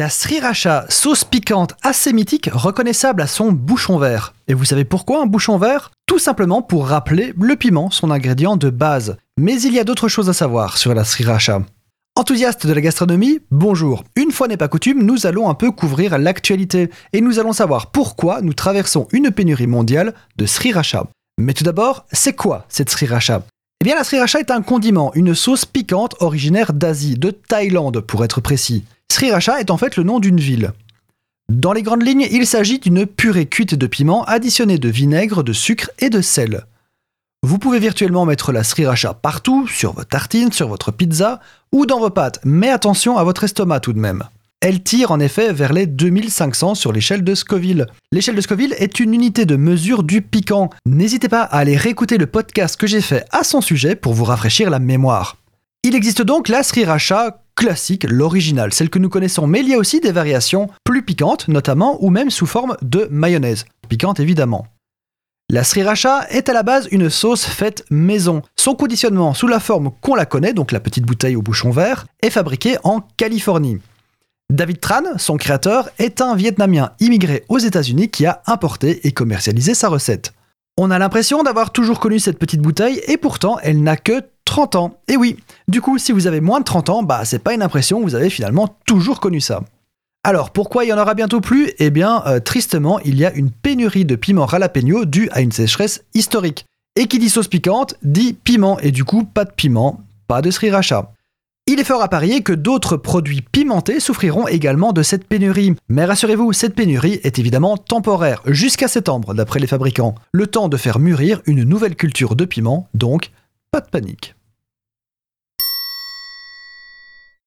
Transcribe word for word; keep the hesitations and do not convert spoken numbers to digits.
La sriracha, sauce piquante assez mythique, reconnaissable à son bouchon vert. Et vous savez pourquoi un bouchon vert ? Tout simplement pour rappeler le piment, son ingrédient de base. Mais il y a d'autres choses à savoir sur la sriracha. Enthousiastes de la gastronomie, bonjour. Une fois n'est pas coutume, nous allons un peu couvrir l'actualité et nous allons savoir pourquoi nous traversons une pénurie mondiale de sriracha. Mais tout d'abord, c'est quoi cette sriracha ? Eh bien la sriracha est un condiment, une sauce piquante originaire d'Asie, de Thaïlande pour être précis. Sriracha est en fait le nom d'une ville. Dans les grandes lignes, il s'agit d'une purée cuite de piment additionnée de vinaigre, de sucre et de sel. Vous pouvez virtuellement mettre la sriracha partout, sur vos tartines, sur votre pizza ou dans vos pâtes, mais attention à votre estomac tout de même. Elle tire en effet vers les deux mille cinq cents sur l'échelle de Scoville. L'échelle de Scoville est une unité de mesure du piquant. N'hésitez pas à aller réécouter le podcast que j'ai fait à son sujet pour vous rafraîchir la mémoire. Il existe donc la sriracha classique, l'original, celle que nous connaissons, mais il y a aussi des variations plus piquantes, notamment, ou même sous forme de mayonnaise. Piquante évidemment. La sriracha est à la base une sauce faite maison. Son conditionnement sous la forme qu'on la connaît, donc la petite bouteille au bouchon vert, est fabriqué en Californie. David Tran, son créateur, est un Vietnamien immigré aux États-Unis qui a importé et commercialisé sa recette. On a l'impression d'avoir toujours connu cette petite bouteille et pourtant elle n'a que trente ans. Et oui, du coup si vous avez moins de trente ans, bah c'est pas une impression, vous avez finalement toujours connu ça. Alors pourquoi il y en aura bientôt plus ? Eh bien euh, tristement il y a une pénurie de piment jalapeno due à une sécheresse historique. Et qui dit sauce piquante dit piment et du coup pas de piment, pas de sriracha. Il est fort à parier que d'autres produits pimentés souffriront également de cette pénurie. Mais rassurez-vous, cette pénurie est évidemment temporaire, jusqu'à septembre d'après les fabricants. Le temps de faire mûrir une nouvelle culture de piment, donc pas de panique.